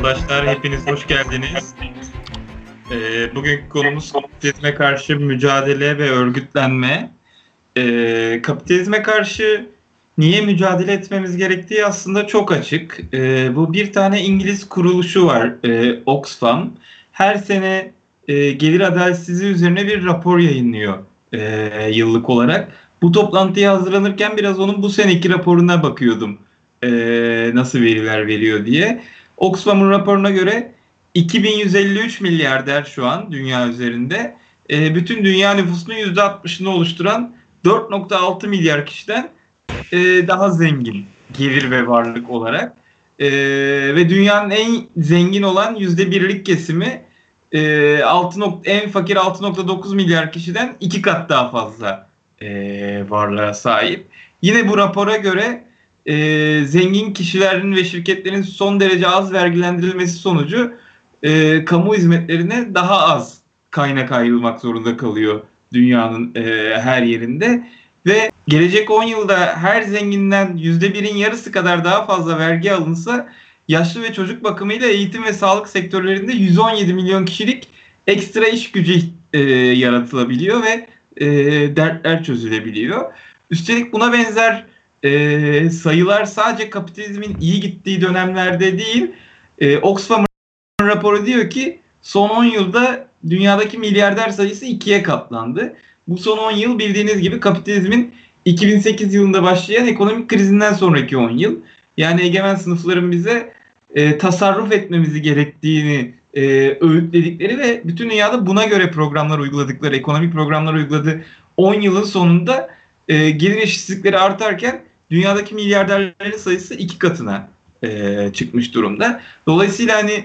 arkadaşlar, hepiniz hoş geldiniz. Bugünkü konumuz kapitalizme karşı mücadele ve örgütlenme. Kapitalizme karşı niye mücadele etmemiz gerektiği aslında çok açık. Bu bir tane İngiliz kuruluşu var, Oxfam. Her sene gelir adaletsizliği üzerine bir rapor yayınlıyor yıllık olarak. Bu toplantıya hazırlanırken biraz onun bu seneki raporuna bakıyordum. Nasıl veriler veriyor diye. Oxfam'ın raporuna göre 2153 milyarder şu an dünya üzerinde. Bütün dünya nüfusunun %60'ını oluşturan 4,6 milyar kişiden daha zengin gelir ve varlık olarak. Ve dünyanın en zengin olan %1'lik kesimi en fakir 6,9 milyar kişiden 2 kat daha fazla varlığa sahip. Yine bu rapora göre zengin kişilerin ve şirketlerin son derece az vergilendirilmesi sonucu kamu hizmetlerine daha az kaynak ayrılmak zorunda kalıyor dünyanın her yerinde. Ve gelecek 10 yılda her zenginden %1'in yarısı kadar daha fazla vergi alınsa yaşlı ve çocuk bakımıyla eğitim ve sağlık sektörlerinde 117 milyon kişilik ekstra iş gücü yaratılabiliyor ve dertler çözülebiliyor. Üstelik buna benzer sayılar sadece kapitalizmin iyi gittiği dönemlerde değil, Oxfam raporu diyor ki son 10 yılda dünyadaki milyarder sayısı 2'ye katlandı. Bu son 10 yıl bildiğiniz gibi kapitalizmin 2008 yılında başlayan ekonomik krizinden sonraki 10 yıl. Yani egemen sınıfların bize tasarruf etmemizi gerektiğini öğütledikleri ve bütün dünyada buna göre programlar uyguladıkları, ekonomik programlar uyguladığı 10 yılın sonunda gelir eşitsizlikleri artarken dünyadaki milyarderlerin sayısı 2 katına çıkmış durumda. Dolayısıyla hani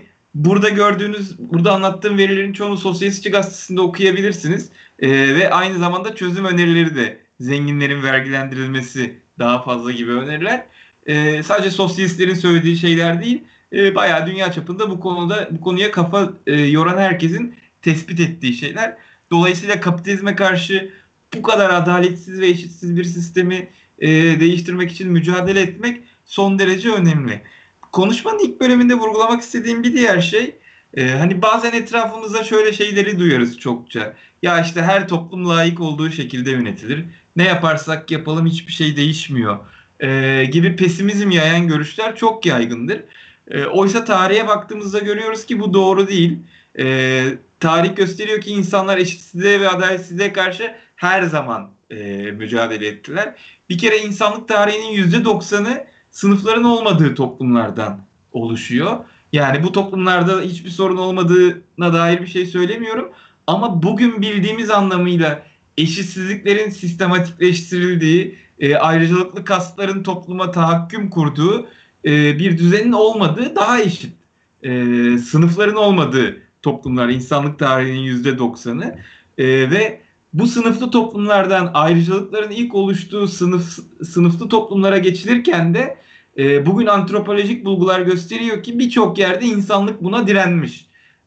burada anlattığım verilerin çoğunu Sosyalistçi Gazetesi'nde okuyabilirsiniz. Ve aynı zamanda çözüm önerileri de zenginlerin vergilendirilmesi daha fazla gibi öneriler. Sadece sosyalistlerin söylediği şeyler değil, bayağı dünya çapında bu konuya kafa yoran herkesin tespit ettiği şeyler. Dolayısıyla kapitalizme karşı bu kadar adaletsiz ve eşitsiz bir sistemi değiştirmek için mücadele etmek son derece önemli. Konuşmanın ilk bölümünde vurgulamak istediğim bir diğer şey, hani bazen etrafımızda şöyle şeyleri duyarız çokça. Ya işte her toplum layık olduğu şekilde yönetilir. Ne yaparsak yapalım hiçbir şey değişmiyor gibi pesimizm yayan görüşler çok yaygındır. Oysa tarihe baktığımızda görüyoruz ki bu doğru değil. Tarih gösteriyor ki insanlar eşitsizliğe ve adaletsizliğe karşı her zaman mücadele ettiler. Bir kere insanlık tarihinin %90'ı sınıfların olmadığı toplumlardan oluşuyor. Yani bu toplumlarda hiçbir sorun olmadığına dair bir şey söylemiyorum. Ama bugün bildiğimiz anlamıyla eşitsizliklerin sistematikleştirildiği, ayrıcalıklı kastların topluma tahakküm kurduğu bir düzenin olmadığı, daha eşit sınıfların olmadığı toplumlar, insanlık tarihinin %90'ı. Ve bu sınıflı toplumlardan ayrıcalıkların ilk oluştuğu sınıflı toplumlara geçilirken de bugün antropolojik bulgular gösteriyor ki birçok yerde insanlık buna direnmiş.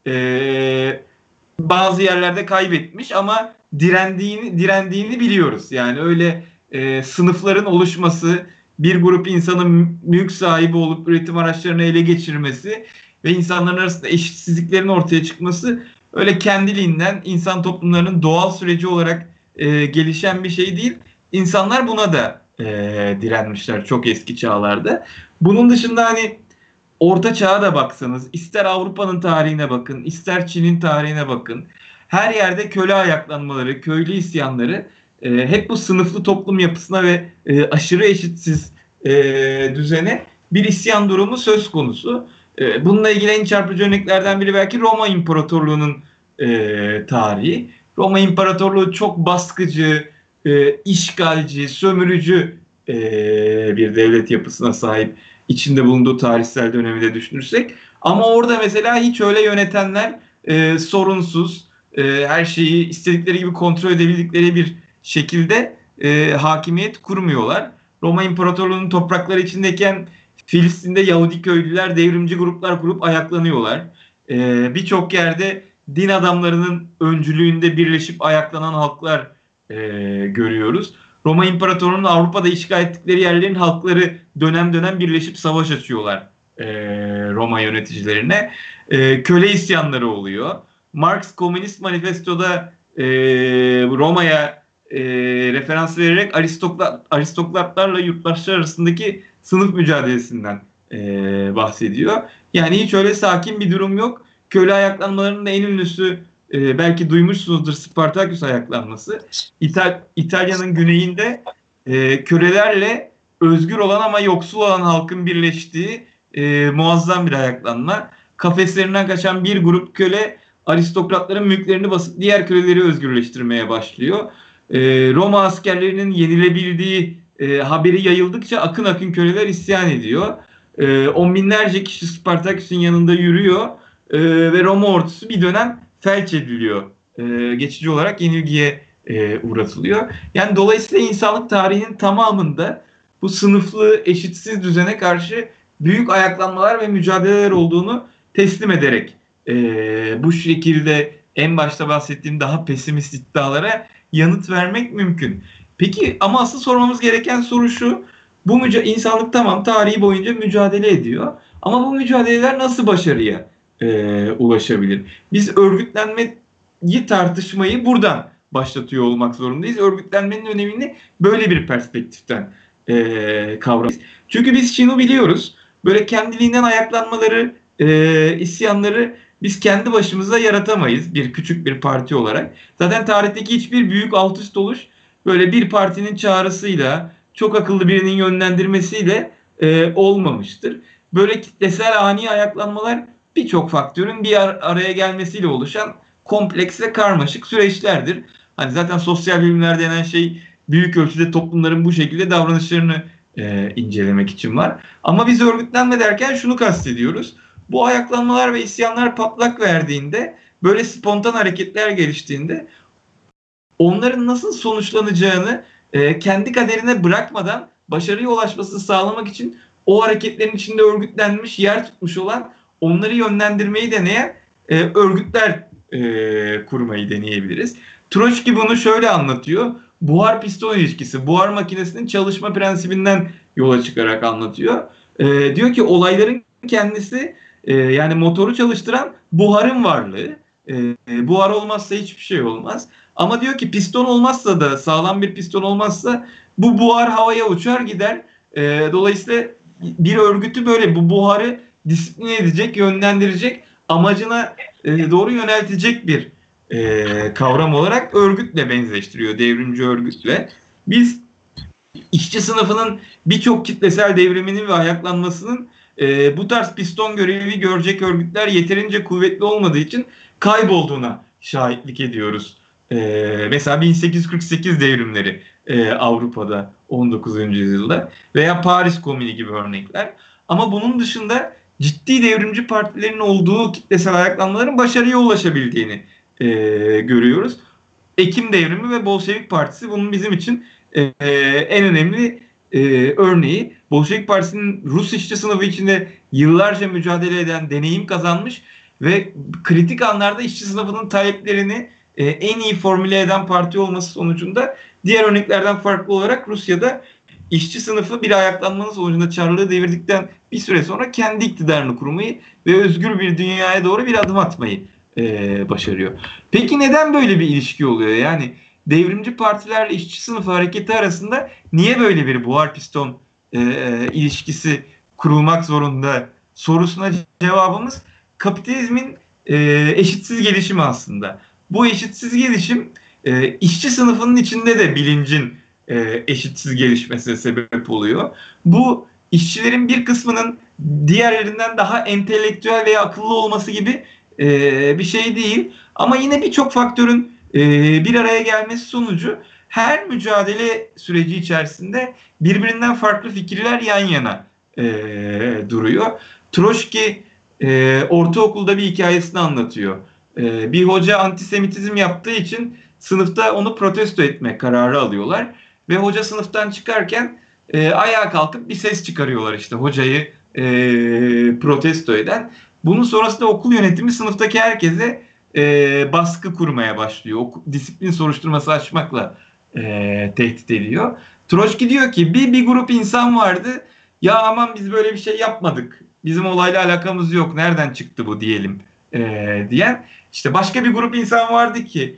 Bazı yerlerde kaybetmiş ama direndiğini biliyoruz. Yani öyle sınıfların oluşması, bir grup insanın mülk sahibi olup üretim araçlarını ele geçirmesi ve insanların arasında eşitsizliklerin ortaya çıkması öyle kendiliğinden insan toplumlarının doğal süreci olarak gelişen bir şey değil. İnsanlar buna da direnmişler çok eski çağlarda. Bunun dışında hani Orta Çağ'a da baksanız, ister Avrupa'nın tarihine bakın, ister Çin'in tarihine bakın. Her yerde köle ayaklanmaları, köylü isyanları hep bu sınıflı toplum yapısına ve aşırı eşitsiz düzene bir isyan durumu söz konusu. Bununla ilgili en çarpıcı örneklerden biri belki Roma İmparatorluğu'nun tarihi. Roma İmparatorluğu çok baskıcı, işgalci, sömürücü bir devlet yapısına sahip, içinde bulunduğu tarihsel dönemi de düşünürsek. Ama orada mesela hiç öyle yönetenler sorunsuz, her şeyi istedikleri gibi kontrol edebildikleri bir şekilde hakimiyet kurmuyorlar. Roma İmparatorluğu'nun toprakları içindeyken Filistin'de Yahudi köylüler devrimci gruplar kurup ayaklanıyorlar. Birçok yerde din adamlarının öncülüğünde birleşip ayaklanan halklar görüyoruz. Roma İmparatorluğu'nun Avrupa'da işgal ettikleri yerlerin halkları dönem dönem birleşip savaş açıyorlar Roma yöneticilerine. Köle isyanları oluyor. Marx Komünist Manifesto'da Roma'ya referans vererek aristokratlarla yurttaşlar arasındaki sınıf mücadelesinden bahsediyor. Yani hiç öyle sakin bir durum yok. Köle ayaklanmalarının da en ünlüsü belki duymuşsunuzdur, Spartaküs ayaklanması. İtalya'nın güneyinde kölelerle özgür olan ama yoksul olan halkın birleştiği muazzam bir ayaklanma. Kafeslerinden kaçan bir grup köle aristokratların mülklerini basıp diğer köleleri özgürleştirmeye başlıyor. Roma askerlerinin yenilebildiği haberi yayıldıkça akın akın köleler isyan ediyor. On binlerce kişi Spartaküs'ün yanında yürüyor ve Roma ordusu bir dönem felç ediliyor. Geçici olarak yenilgiye uğratılıyor. Yani dolayısıyla insanlık tarihinin tamamında bu sınıflı, eşitsiz düzene karşı büyük ayaklanmalar ve mücadeleler olduğunu teslim ederek bu şekilde en başta bahsettiğim daha pesimist iddialara yanıt vermek mümkün. Peki ama asıl sormamız gereken soru şu: bu insanlık tamam tarihi boyunca mücadele ediyor ama bu mücadeleler nasıl başarıya ulaşabilir? Biz örgütlenmeyi tartışmayı buradan başlatıyor olmak zorundayız. Örgütlenmenin önemini böyle bir perspektiften kavramalıyız. Çünkü biz şunu biliyoruz. Böyle kendiliğinden ayaklanmaları, isyanları biz kendi başımıza yaratamayız küçük bir parti olarak. Zaten tarihteki hiçbir büyük alt üst oluş böyle bir partinin çağrısıyla, çok akıllı birinin yönlendirmesiyle olmamıştır. Böyle kitlesel ani ayaklanmalar birçok faktörün bir araya gelmesiyle oluşan kompleks ve karmaşık süreçlerdir. Hani zaten sosyal bilimler denen şey büyük ölçüde toplumların bu şekilde davranışlarını incelemek için var. Ama biz örgütlenme derken şunu kastediyoruz: bu ayaklanmalar ve isyanlar patlak verdiğinde, böyle spontan hareketler geliştiğinde onların nasıl sonuçlanacağını kendi kaderine bırakmadan başarıya ulaşmasını sağlamak için o hareketlerin içinde örgütlenmiş, yer tutmuş olan, onları yönlendirmeyi deneyen örgütler kurmayı deneyebiliriz. Troçki bunu şöyle anlatıyor: buhar piston ilişkisi, buhar makinesinin çalışma prensibinden yola çıkarak anlatıyor. Diyor ki olayların kendisi, yani motoru çalıştıran buharın varlığı. Buhar olmazsa hiçbir şey olmaz. Ama diyor ki piston olmazsa da, sağlam bir piston olmazsa bu buhar havaya uçar gider. Dolayısıyla bir örgütü böyle bu buharı disipline edecek, yönlendirecek, amacına doğru yöneltecek bir kavram olarak örgütle benzeştiriyor, devrimci örgütle. Biz işçi sınıfının birçok kitlesel devriminin ve ayaklanmasının bu tarz piston görevi görecek örgütler yeterince kuvvetli olmadığı için kaybolduğuna şahitlik ediyoruz. Mesela 1848 devrimleri Avrupa'da 19. yüzyılda veya Paris Komünü gibi örnekler. Ama bunun dışında ciddi devrimci partilerin olduğu kitlesel ayaklanmaların başarıya ulaşabildiğini görüyoruz. Ekim Devrimi ve Bolşevik Partisi bunun bizim için en önemli örneği. Bolşevik Partisi'nin Rus işçi sınıfı içinde yıllarca mücadele eden, deneyim kazanmış ve kritik anlarda işçi sınıfının taleplerini en iyi formüle eden parti olması sonucunda diğer örneklerden farklı olarak Rusya'da işçi sınıfı bir ayaklanmanın sonucunda Çarlığı devirdikten bir süre sonra kendi iktidarını kurmayı ve özgür bir dünyaya doğru bir adım atmayı başarıyor. Peki neden böyle bir ilişki oluyor? Yani devrimci partilerle işçi sınıfı hareketi arasında niye böyle bir buhar piston ilişkisi kurulmak zorunda sorusuna cevabımız kapitalizmin eşitsiz gelişimi aslında. Bu eşitsiz gelişim işçi sınıfının içinde de bilincin eşitsiz gelişmesine sebep oluyor. Bu işçilerin bir kısmının diğerlerinden daha entelektüel veya akıllı olması gibi bir şey değil. Ama yine birçok faktörün bir araya gelmesi sonucu her mücadele süreci içerisinde birbirinden farklı fikirler yan yana duruyor. Troçki ortaokulda bir hikayesini anlatıyor. Bir hoca antisemitizm yaptığı için sınıfta onu protesto etme kararı alıyorlar. Ve hoca sınıftan çıkarken ayağa kalkıp bir ses çıkarıyorlar, işte hocayı protesto eden. Bunun sonrasında okul yönetimi sınıftaki herkese baskı kurmaya başlıyor. Disiplin soruşturması açmakla tehdit ediyor. Troçki diyor ki bir grup insan vardı, ya aman biz böyle bir şey yapmadık bizim olayla alakamız yok, nereden çıktı bu diyelim diyen işte başka bir grup insan vardı ki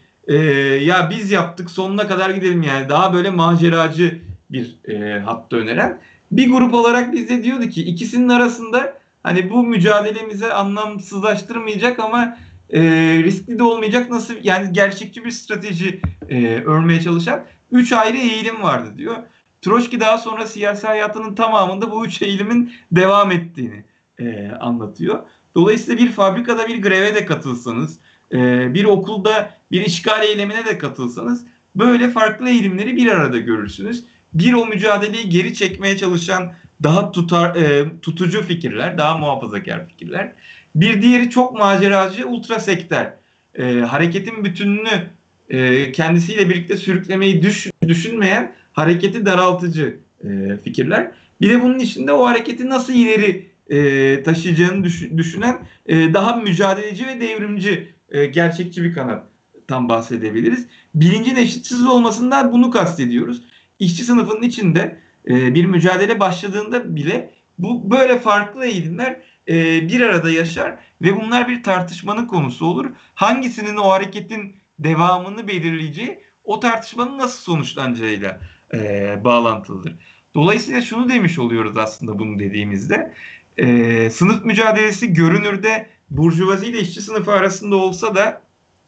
ya biz yaptık sonuna kadar gidelim, yani daha böyle maceracı bir hatta öneren bir grup olarak biz de diyordu ki ikisinin arasında hani bu mücadelemize anlamsızlaştırmayacak ama riskli de olmayacak nasıl, yani gerçekçi bir strateji örmeye çalışan 3 ayrı eğilim vardı diyor. Troçki daha sonra siyasi hayatının tamamında bu 3 eğilimin devam ettiğini anlatıyor. Dolayısıyla bir fabrikada bir greve de katılsanız, bir okulda bir işgal eylemine de katılsanız böyle farklı eğilimleri bir arada görürsünüz. Bir o mücadeleyi geri çekmeye çalışan daha tutucu fikirler, daha muhafazakar fikirler. Bir diğeri çok maceracı, ultrasektör. Hareketin bütününü kendisiyle birlikte sürüklemeyi düşünmeyen, hareketi daraltıcı fikirler. Bir de bunun içinde o hareketi nasıl ileri taşıyacağını düşünen daha mücadeleci ve devrimci, gerçekçi bir kanattan bahsedebiliriz. Bilincin eşitsiz olmasından bunu kastediyoruz. İşçi sınıfının içinde bir mücadele başladığında bile bu böyle farklı eğilimler bir arada yaşar ve bunlar bir tartışmanın konusu olur. Hangisinin o hareketin devamını belirleyeceği o tartışmanın nasıl sonuçlanacağıyla bağlantılıdır. Dolayısıyla şunu demiş oluyoruz aslında bunu dediğimizde. Sınıf mücadelesi görünürde burjuvazi ile işçi sınıfı arasında olsa da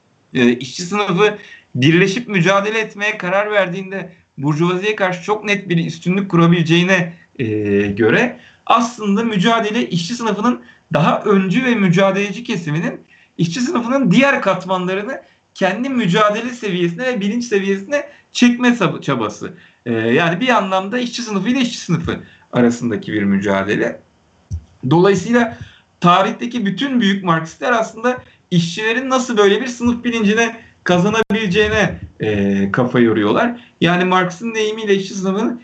işçi sınıfı birleşip mücadele etmeye karar verdiğinde burjuvaziye karşı çok net bir üstünlük kurabileceğine göre aslında mücadele işçi sınıfının daha öncü ve mücadeleci kesiminin işçi sınıfının diğer katmanlarını kendi mücadele seviyesine ve bilinç seviyesine çekme çabası. Yani bir anlamda işçi sınıfı ile işçi sınıfı arasındaki bir mücadele. Dolayısıyla tarihteki bütün büyük Marksistler aslında işçilerin nasıl böyle bir sınıf bilincine kazanabileceğine kafa yoruyorlar. Yani Marx'ın deyimiyle işçi sınıfının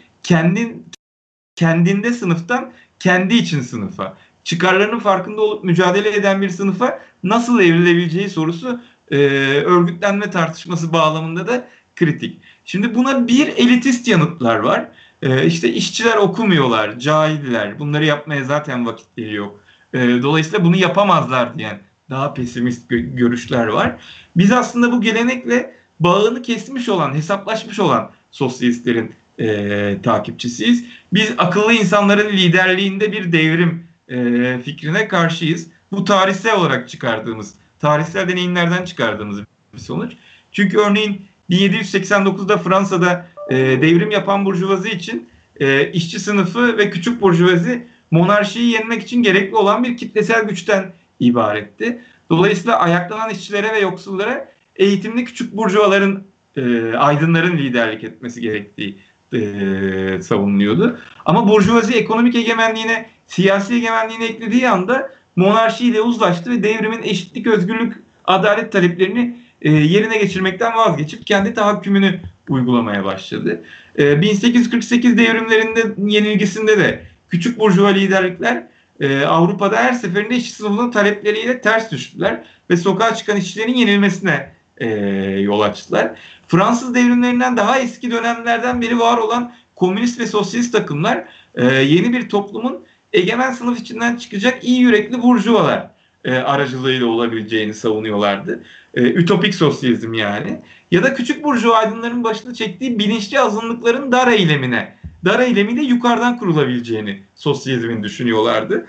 kendinde sınıftan kendi için sınıfa, çıkarlarının farkında olup mücadele eden bir sınıfa nasıl evrilebileceği sorusu örgütlenme tartışması bağlamında da kritik. Şimdi buna bir elitist yanıtlar var. İşte işçiler okumuyorlar, cahiller, bunları yapmaya zaten vakitleri yok. Dolayısıyla bunu yapamazlar diyen daha pesimist görüşler var. Biz aslında bu gelenekle bağını kesmiş olan, hesaplaşmış olan sosyalistlerin takipçisiyiz. Biz akıllı insanların liderliğinde bir devrim fikrine karşıyız. Bu tarihsel olarak çıkardığımız, tarihsel deneyimlerden çıkardığımız bir sonuç. Çünkü örneğin 1789'da Fransa'da devrim yapan burjuvazi için işçi sınıfı ve küçük burjuvazi monarşiyi yenmek için gerekli olan bir kitlesel güçten ibaretti. Dolayısıyla ayaklanan işçilere ve yoksullara eğitimli küçük burjuvaların, aydınların liderlik etmesi gerektiği savunuluyordu. Ama burjuvazi ekonomik egemenliğine, siyasi egemenliğine eklediği anda monarşiyle uzlaştı ve devrimin eşitlik, özgürlük, adalet taleplerini yerine geçirmekten vazgeçip kendi tahakkümünü uygulamaya başladı. 1848 devrimlerinde yenilgisinde de küçük burjuva liderlikler Avrupa'da her seferinde işçi sınıfının talepleriyle ters düştüler ve sokağa çıkan işçilerin yenilmesine yol açtılar. Fransız devrimlerinden daha eski dönemlerden beri var olan komünist ve sosyalist akımlar yeni bir toplumun egemen sınıf içinden çıkacak iyi yürekli burjuvalar aracılığıyla olabileceğini savunuyorlardı. Ütopik sosyalizm yani. Ya da küçük burjuva aydınların başını çektiği bilinçli azınlıkların dar eylemiyle yukarıdan kurulabileceğini sosyalizmin düşünüyorlardı.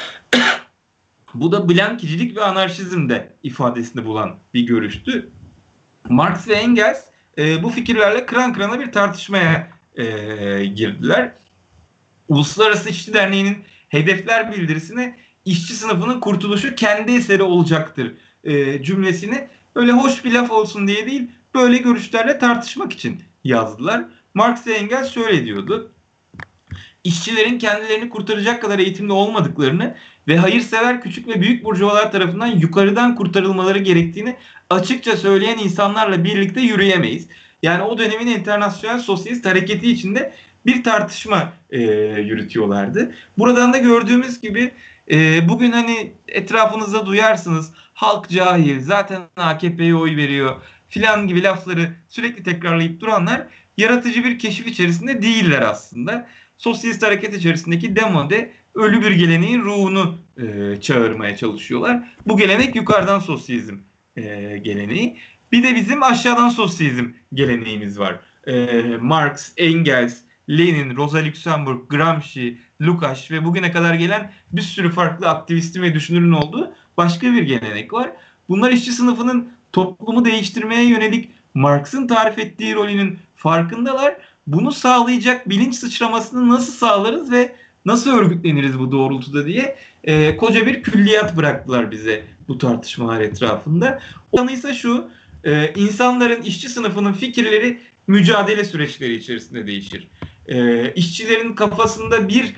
Bu da Blankicilik ve anarşizmde ifadesini bulan bir görüştü. Marx ve Engels bu fikirlerle kıran kırana bir tartışmaya girdiler. Uluslararası İşçi Derneği'nin hedefler bildirisine işçi sınıfının kurtuluşu kendi eseri olacaktır cümlesini öyle hoş bir laf olsun diye değil, böyle görüşlerle tartışmak için yazdılar. Marx ve Engels şöyle diyordu: İşçilerin kendilerini kurtaracak kadar eğitimli olmadıklarını ve hayırsever küçük ve büyük burjuvalar tarafından yukarıdan kurtarılmaları gerektiğini açıkça söyleyen insanlarla birlikte yürüyemeyiz. Yani o dönemin internasyonel sosyalist hareketi içinde bir tartışma yürütüyorlardı. Buradan da gördüğümüz gibi bugün hani etrafınızda duyarsınız, halk cahil, zaten AKP'ye oy veriyor filan gibi lafları sürekli tekrarlayıp duranlar yaratıcı bir keşif içerisinde değiller aslında. sosyalist hareket içerisindeki demode ölü bir geleneğin ruhunu çağırmaya çalışıyorlar. Bu gelenek yukarıdan sosyalizm geleneği. Bir de bizim aşağıdan sosyalizm geleneğimiz var. Marx, Engels, Lenin, Rosa Luxemburg, Gramsci, Lukács ve bugüne kadar gelen bir sürü farklı aktivistin ve düşünürün olduğu başka bir gelenek var. Bunlar işçi sınıfının toplumu değiştirmeye yönelik Marx'ın tarif ettiği rolünün farkındalar. Bunu sağlayacak bilinç sıçramasını nasıl sağlarız ve nasıl örgütleniriz bu doğrultuda diye koca bir külliyat bıraktılar bize bu tartışmalar etrafında. O yanı ise şu, insanların, işçi sınıfının fikirleri mücadele süreçleri içerisinde değişir. İşçilerin kafasında bir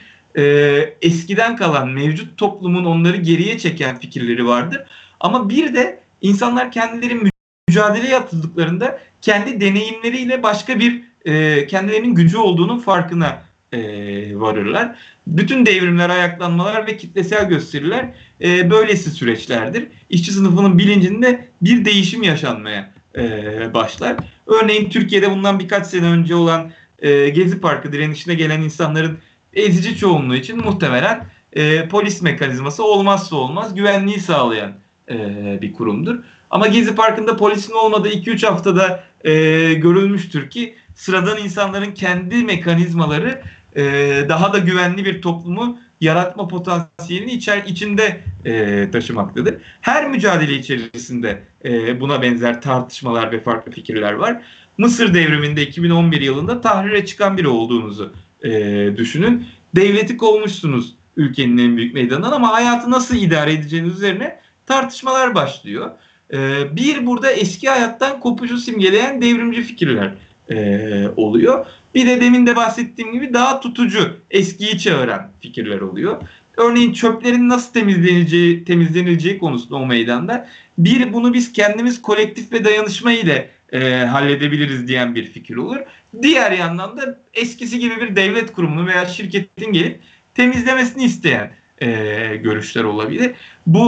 eskiden kalan mevcut toplumun onları geriye çeken fikirleri vardır. Ama bir de insanlar kendileri mücadeleye atıldıklarında kendi deneyimleriyle başka bir kendilerinin gücü olduğunun farkına varırlar. Bütün devrimler, ayaklanmalar ve kitlesel gösteriler böylesi süreçlerdir. İşçi sınıfının bilincinde bir değişim yaşanmaya başlar. Örneğin Türkiye'de bundan birkaç sene önce olan Gezi Parkı direnişine gelen insanların ezici çoğunluğu için muhtemelen polis mekanizması olmazsa olmaz güvenliği sağlayan bir kurumdur. Ama Gezi Parkı'nda polisin olmadığı 2-3 haftada görülmüştür ki sıradan insanların kendi mekanizmaları daha da güvenli bir toplumu yaratma potansiyelini içinde taşımaktadır. Her mücadele içerisinde buna benzer tartışmalar ve farklı fikirler var. Mısır devriminde 2011 yılında Tahrir'e çıkan biri olduğunuzu düşünün. Devleti kovmuşsunuz ülkenin en büyük meydanından ama hayatı nasıl idare edeceğiniz üzerine tartışmalar başlıyor. Bir burada eski hayattan kopuşu simgeleyen devrimci fikirler oluyor. Bir de demin de bahsettiğim gibi daha tutucu, eskiyi çağıran fikirler oluyor. Örneğin çöplerin nasıl temizlenileceği konusunda o meydanda bunu biz kendimiz kolektif ve dayanışma ile halledebiliriz diyen bir fikir olur. Diğer yandan da eskisi gibi bir devlet kurumunun veya şirketin gelip temizlemesini isteyen görüşler olabilir. Bu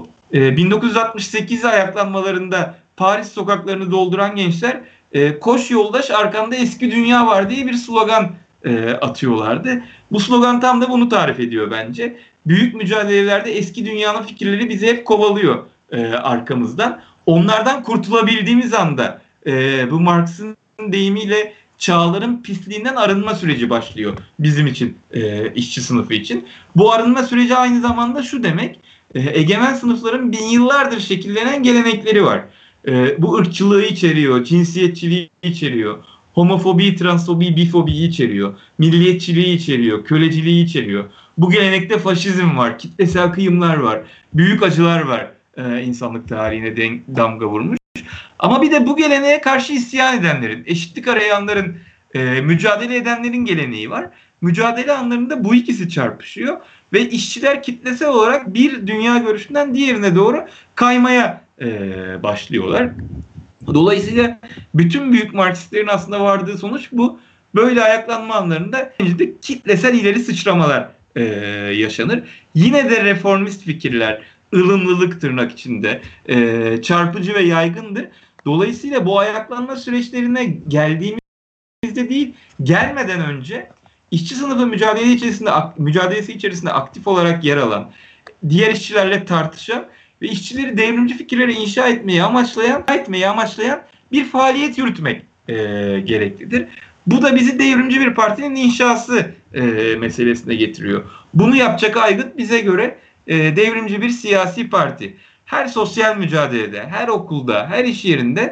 1968 ayaklanmalarında Paris sokaklarını dolduran gençler koş yoldaş arkanda eski dünya var diye bir slogan atıyorlardı. Bu slogan tam da bunu tarif ediyor bence. Büyük mücadelelerde eski dünyanın fikirleri bizi hep kovalıyor arkamızdan. Onlardan kurtulabildiğimiz anda bu Marx'ın deyimiyle çağların pisliğinden arınma süreci başlıyor bizim için, işçi sınıfı için. Bu arınma süreci aynı zamanda şu demek, egemen sınıfların bin yıllardır şekillenen gelenekleri var. Bu ırkçılığı içeriyor, cinsiyetçiliği içeriyor, homofobi, transfobi, bifobiyi içeriyor, milliyetçiliği içeriyor, köleciliği içeriyor. Bu gelenekte faşizm var, kitlesel kıyımlar var, büyük acılar var insanlık tarihine damga vurmuş. Ama bir de bu geleneğe karşı isyan edenlerin, eşitlik arayanların, mücadele edenlerin geleneği var. Mücadele anlarında bu ikisi çarpışıyor ve işçiler kitlesel olarak bir dünya görüşünden diğerine doğru kaymaya başlıyorlar. Dolayısıyla bütün büyük Marksistlerin aslında vardığı sonuç bu. Böyle ayaklanma anlarında kitlesel ileri sıçramalar yaşanır. Yine de reformist fikirler, ılımlılık tırnak içinde çarpıcı ve yaygındır. Dolayısıyla bu ayaklanma süreçlerine geldiğimizde değil, gelmeden önce işçi sınıfı mücadelesi içerisinde aktif olarak yer alan, diğer işçilerle tartışan ve işçileri devrimci fikirlere inşa etmeyi amaçlayan bir faaliyet yürütmek gereklidir. Bu da bizi devrimci bir partinin inşası meselesine getiriyor. Bunu yapacak aygıt bize göre devrimci bir siyasi parti. Her sosyal mücadelede, her okulda, her iş yerinde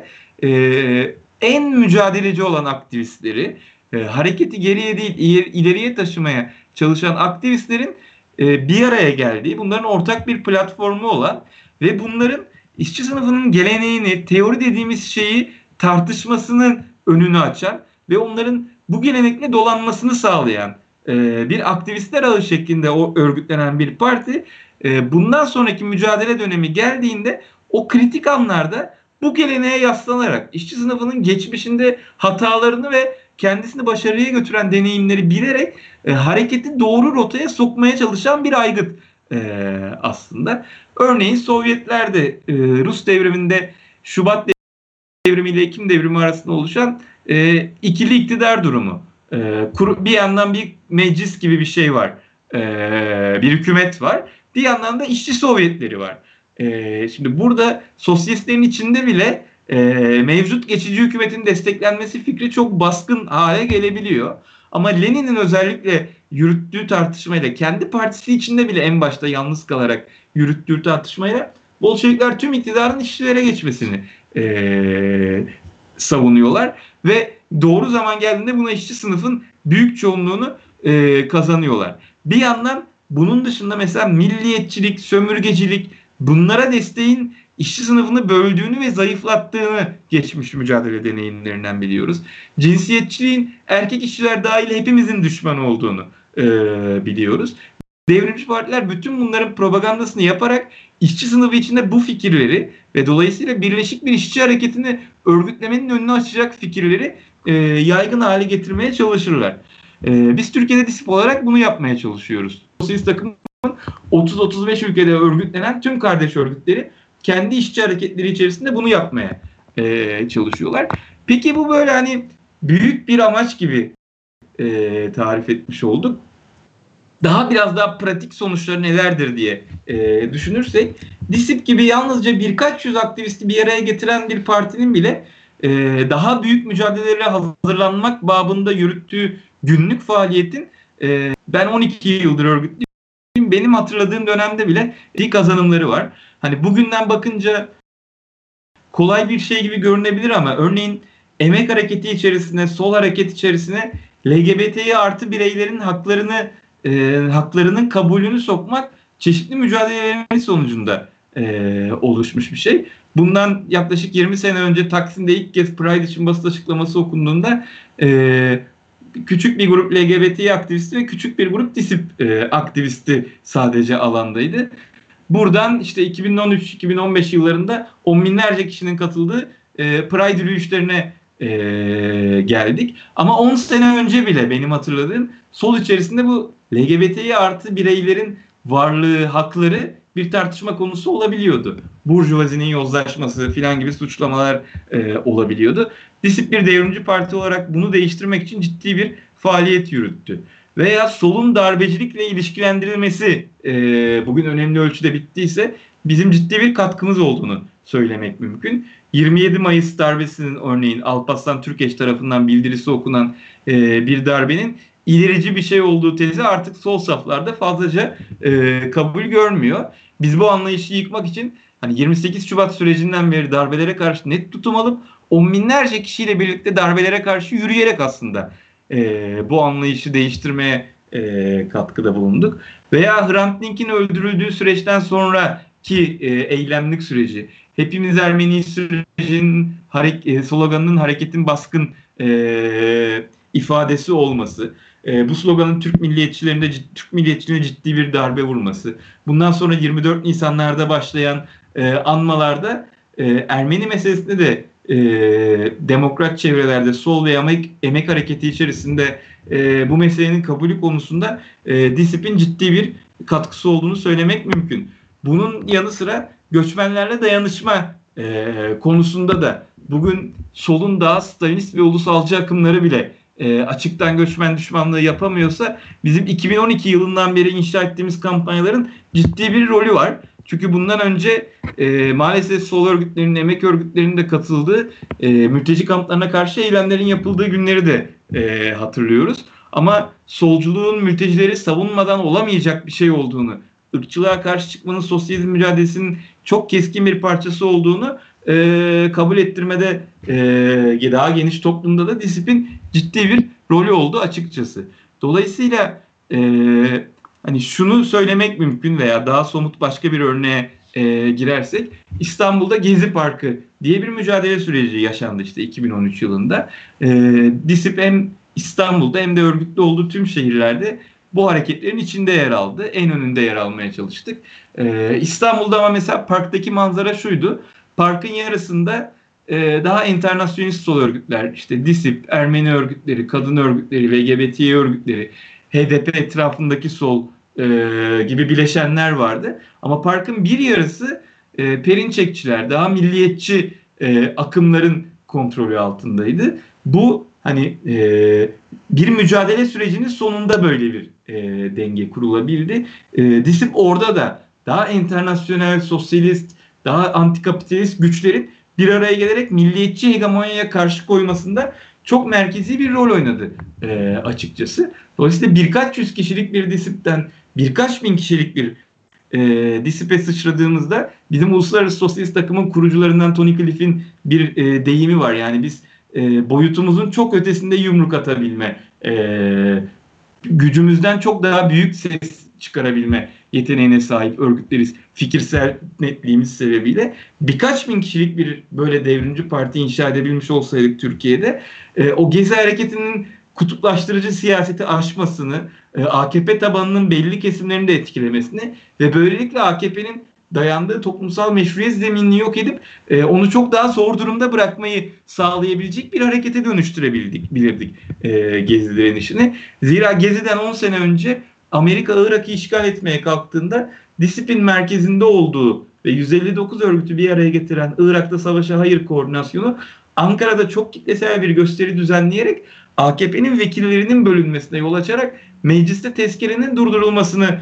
en mücadeleci olan aktivistleri, hareketi geriye değil ileriye taşımaya çalışan aktivistlerin bir araya geldiği, bunların ortak bir platformu olan ve bunların işçi sınıfının geleneğini, teori dediğimiz şeyi tartışmasının önünü açan ve onların bu gelenekle dolanmasını sağlayan bir aktivistler ağı şeklinde örgütlenen bir parti. Bundan sonraki mücadele dönemi geldiğinde o kritik anlarda bu geleneğe yaslanarak işçi sınıfının geçmişinde hatalarını ve kendisini başarıya götüren deneyimleri bilerek hareketi doğru rotaya sokmaya çalışan bir aygıt aslında. Örneğin Sovyetler'de Rus devriminde Şubat devrimi ile Ekim devrimi arasında oluşan ikili iktidar durumu. Bir yandan bir meclis gibi bir şey var. Bir hükümet var. Bir yandan da işçi sovyetleri var. Şimdi burada sosyalistlerin içinde bile mevcut geçici hükümetin desteklenmesi fikri çok baskın hale gelebiliyor. Ama Lenin'in özellikle yürüttüğü tartışmayla, kendi partisi içinde bile en başta yalnız kalarak yürüttüğü tartışmayla Bolşevikler tüm iktidarın işçilere geçmesini savunuyorlar ve doğru zaman geldiğinde buna işçi sınıfın büyük çoğunluğunu kazanıyorlar. Bir yandan bunun dışında mesela milliyetçilik, sömürgecilik, bunlara desteğin işçi sınıfını böldüğünü ve zayıflattığını geçmiş mücadele deneyimlerinden biliyoruz. Cinsiyetçiliğin erkek işçiler dahil hepimizin düşmanı olduğunu biliyoruz. Devrimci partiler bütün bunların propagandasını yaparak işçi sınıfı içinde bu fikirleri ve dolayısıyla birleşik bir işçi hareketini örgütlemenin önünü açacak fikirleri yaygın hale getirmeye çalışırlar. Biz Türkiye'de DİSİP olarak bunu yapmaya çalışıyoruz. Sosyalist takımın 30-35 ülkede örgütlenen tüm kardeş örgütleri kendi işçi hareketleri içerisinde bunu yapmaya çalışıyorlar. Peki bu böyle hani büyük bir amaç gibi tarif etmiş olduk. Biraz daha pratik sonuçları nelerdir diye düşünürsek, DİSİP gibi yalnızca birkaç yüz aktivisti bir araya getiren bir partinin bile daha büyük mücadelelere hazırlanmak babında yürüttüğü günlük faaliyetin ben 12 yıldır örgütlüyüm. Benim hatırladığım dönemde bile ciddi kazanımları var. Hani bugünden bakınca kolay bir şey gibi görünebilir ama örneğin emek hareketi içerisine, sol hareket içerisine LGBTİ artı bireylerin haklarının kabulünü sokmak çeşitli mücadelelerin sonucunda oluşmuş bir şey. Bundan yaklaşık 20 sene önce Taksim'de ilk kez Pride için basın açıklaması okunduğunda küçük bir grup LGBT aktivisti ve küçük bir grup DİSİP aktivisti sadece alandaydı. Buradan işte 2013-2015 yıllarında on binlerce kişinin katıldığı Pride yürüyüşlerine geldik. Ama 10 sene önce bile benim hatırladığım sol içerisinde bu LGBTİ artı bireylerin varlığı, hakları bir tartışma konusu olabiliyordu. Burjuvazinin yozlaşması filan gibi suçlamalar olabiliyordu. DİSİP bir devrimci parti olarak bunu değiştirmek için ciddi bir faaliyet yürüttü. Veya solun darbecilikle ilişkilendirilmesi bugün önemli ölçüde bittiyse bizim ciddi bir katkımız olduğunu söylemek mümkün. 27 Mayıs darbesinin örneğin Alparslan Türkeş tarafından bildirisi okunan bir darbenin ilerici bir şey olduğu tezi artık sol saflarda fazlaca kabul görmüyor. Biz bu anlayışı yıkmak için hani 28 Şubat sürecinden beri darbelere karşı net tutum alıp on binlerce kişiyle birlikte darbelere karşı yürüyerek aslında bu anlayışı değiştirmeye katkıda bulunduk. Veya Hrant Dink'in öldürüldüğü süreçten sonraki eylemlik süreci, hepimiz Ermeni sürecinin sloganının hareketin baskın ifadesi olması, bu sloganın Türk milliyetçiliğine ciddi bir darbe vurması, bundan sonra 24 Nisanlarda başlayan anmalarda Ermeni meselesinde de demokrat çevrelerde sol ve emek hareketi içerisinde bu meselenin kabulü konusunda DİSİP'in ciddi bir katkısı olduğunu söylemek mümkün. Bunun yanı sıra göçmenlerle dayanışma konusunda da bugün solun daha Stalinist ve ulusalcı akımları bile açıktan göçmen düşmanlığı yapamıyorsa bizim 2012 yılından beri inşa ettiğimiz kampanyaların ciddi bir rolü var. Çünkü bundan önce maalesef sol örgütlerinin, emek örgütlerinin de katıldığı mülteci kamplarına karşı eylemlerin yapıldığı günleri de hatırlıyoruz. Ama solculuğun mültecileri savunmadan olamayacak bir şey olduğunu, ırkçılığa karşı çıkmanın sosyalizm mücadelesinin çok keskin bir parçası olduğunu kabul ettirmede daha geniş toplumda da DİSİP'in ciddi bir rolü oldu açıkçası. Dolayısıyla hani şunu söylemek mümkün veya daha somut başka bir örneğe girersek İstanbul'da Gezi Parkı diye bir mücadele süreci yaşandı işte 2013 yılında. DİSİP hem İstanbul'da hem de örgütlü olduğu tüm şehirlerde bu hareketlerin içinde yer aldı. En önünde yer almaya çalıştık. İstanbul'da ama mesela parktaki manzara şuydu. Parkın yarısında daha internasyonist sol örgütler, işte DİSİP, Ermeni örgütleri, kadın örgütleri, LGBT örgütleri, HDP etrafındaki sol gibi bileşenler vardı. Ama parkın bir yarısı Perinçekçiler, daha milliyetçi akımların kontrolü altındaydı. Bu hani bir mücadele sürecinin sonunda böyle bir denge kurulabildi. DİSİP orada da daha internasyonel, sosyalist, daha antikapitalist güçlerin bir araya gelerek milliyetçi hegemonyaya karşı koymasında çok merkezi bir rol oynadı açıkçası. Dolayısıyla birkaç yüz kişilik bir DİSİP'ten birkaç bin kişilik bir DİSİP'e sıçradığımızda bizim Uluslararası Sosyalist Takımın kurucularından Tony Cliff'in bir deyimi var. Yani biz boyutumuzun çok ötesinde yumruk atabilme, gücümüzden çok daha büyük ses çıkarabilme yeteneğine sahip örgütleriz. Fikirsel netliğimiz sebebiyle birkaç bin kişilik bir böyle devrimci parti inşa edebilmiş olsaydık Türkiye'de o Gezi hareketinin kutuplaştırıcı siyaseti aşmasını, AKP tabanının belli kesimlerini de etkilemesini ve böylelikle AKP'nin dayandığı toplumsal meşruiyet zeminini yok edip onu çok daha zor durumda bırakmayı sağlayabilecek bir harekete dönüştürebilirdik Gezi direnişini. Zira Gezi'den 10 sene önce Amerika Irak'ı işgal etmeye kalktığında DİSİP'in merkezinde olduğu ve 159 örgütü bir araya getiren Irak'ta Savaşa Hayır Koordinasyonu Ankara'da çok kitlesel bir gösteri düzenleyerek AKP'nin vekillerinin bölünmesine yol açarak mecliste tezkerenin durdurulmasını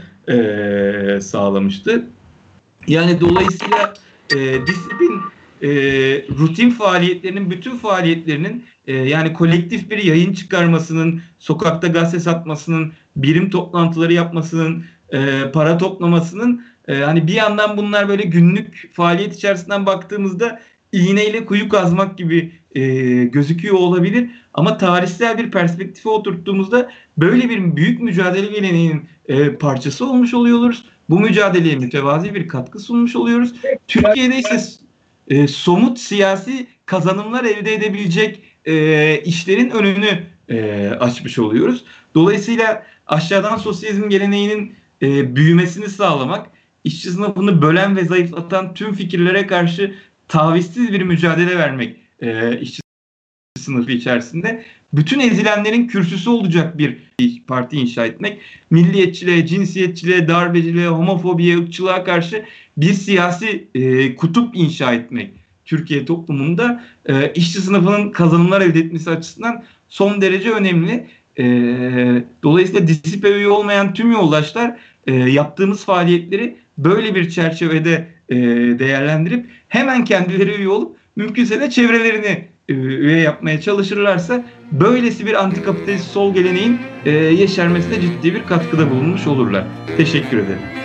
sağlamıştı. Yani dolayısıyla DİSİP'in rutin faaliyetlerinin, bütün faaliyetlerinin yani kolektif bir yayın çıkarmasının, sokakta gazete satmasının, birim toplantıları yapmasının, para toplamasının hani bir yandan bunlar böyle günlük faaliyet içerisinden baktığımızda iğneyle kuyu kazmak gibi gözüküyor olabilir. Ama tarihsel bir perspektife oturttuğumuzda böyle bir büyük mücadele geleneğinin parçası olmuş oluyoruz. Bu mücadeleye mütevazi bir katkı sunmuş oluyoruz. Türkiye'de ise somut siyasi kazanımlar elde edebilecek işlerin önünü açmış oluyoruz. Dolayısıyla aşağıdan sosyalizm geleneğinin büyümesini sağlamak, işçi sınıfını bölen ve zayıflatan tüm fikirlere karşı tavizsiz bir mücadele vermek işçi sınıfı içerisinde, bütün ezilenlerin kürsüsü olacak bir parti inşa etmek, milliyetçiliğe, cinsiyetçiliğe, darbeciliğe, homofobiye, ırkçılığa karşı bir siyasi kutup inşa etmek Türkiye toplumunda işçi sınıfının kazanımlar elde etmesi açısından son derece önemli. Dolayısıyla DİSİP'e üye olmayan tüm yoldaşlar yaptığımız faaliyetleri böyle bir çerçevede değerlendirip hemen kendileri üye olup mümkünse de çevrelerini üye yapmaya çalışırlarsa böylesi bir antikapitalist sol geleneğin yeşermesine ciddi bir katkıda bulunmuş olurlar. Teşekkür ederim.